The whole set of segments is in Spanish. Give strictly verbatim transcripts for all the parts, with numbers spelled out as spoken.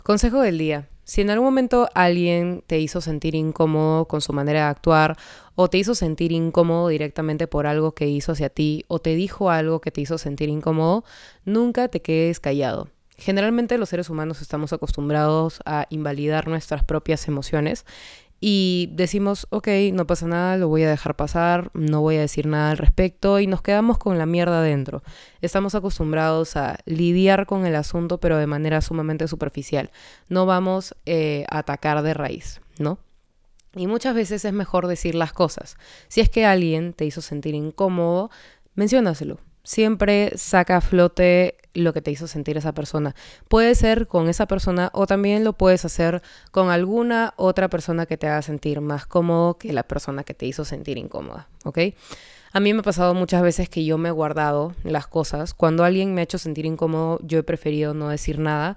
Consejo del día. Si en algún momento alguien te hizo sentir incómodo con su manera de actuar o te hizo sentir incómodo directamente por algo que hizo hacia ti o te dijo algo que te hizo sentir incómodo, nunca te quedes callado. Generalmente los seres humanos estamos acostumbrados a invalidar nuestras propias emociones y decimos, ok, no pasa nada, lo voy a dejar pasar, no voy a decir nada al respecto y nos quedamos con la mierda adentro. Estamos acostumbrados a lidiar con el asunto pero de manera sumamente superficial. No vamos eh, a atacar de raíz, ¿no? Y muchas veces es mejor decir las cosas. Si es que alguien te hizo sentir incómodo, menciónaselo. Siempre saca a flote lo que te hizo sentir esa persona. Puede ser con esa persona o también lo puedes hacer con alguna otra persona que te haga sentir más cómodo que la persona que te hizo sentir incómoda, ¿ok? A mí me ha pasado muchas veces que yo me he guardado las cosas. Cuando alguien me ha hecho sentir incómodo, yo he preferido no decir nada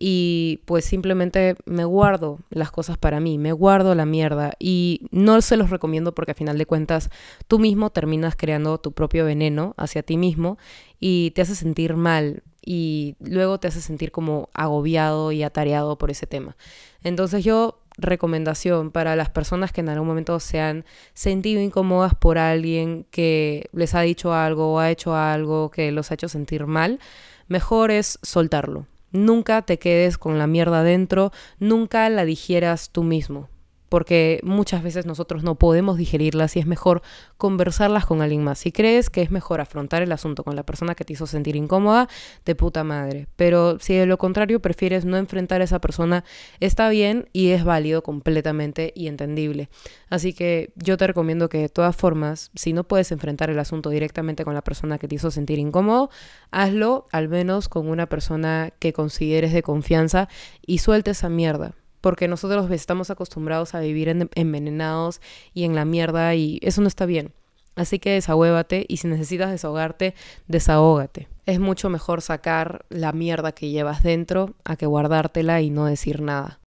y pues simplemente me guardo las cosas para mí, me guardo la mierda y no se los recomiendo porque al final de cuentas tú mismo terminas creando tu propio veneno hacia ti mismo y te hace sentir mal y luego te hace sentir como agobiado y atareado por ese tema. Entonces yo recomendación para las personas que en algún momento se han sentido incómodas por alguien que les ha dicho algo o ha hecho algo que los ha hecho sentir mal, mejor es soltarlo. Nunca te quedes con la mierda dentro, nunca la digieras tú mismo, porque muchas veces nosotros no podemos digerirlas y es mejor conversarlas con alguien más. Si crees que es mejor afrontar el asunto con la persona que te hizo sentir incómoda, de puta madre. Pero si de lo contrario prefieres no enfrentar a esa persona, está bien y es válido completamente y entendible. Así que yo te recomiendo que de todas formas, si no puedes enfrentar el asunto directamente con la persona que te hizo sentir incómodo, hazlo al menos con una persona que consideres de confianza y suelte esa mierda. Porque nosotros estamos acostumbrados a vivir en, envenenados y en la mierda y eso no está bien. Así que desahuévate y si necesitas desahogarte, desahógate. Es mucho mejor sacar la mierda que llevas dentro a que guardártela y no decir nada.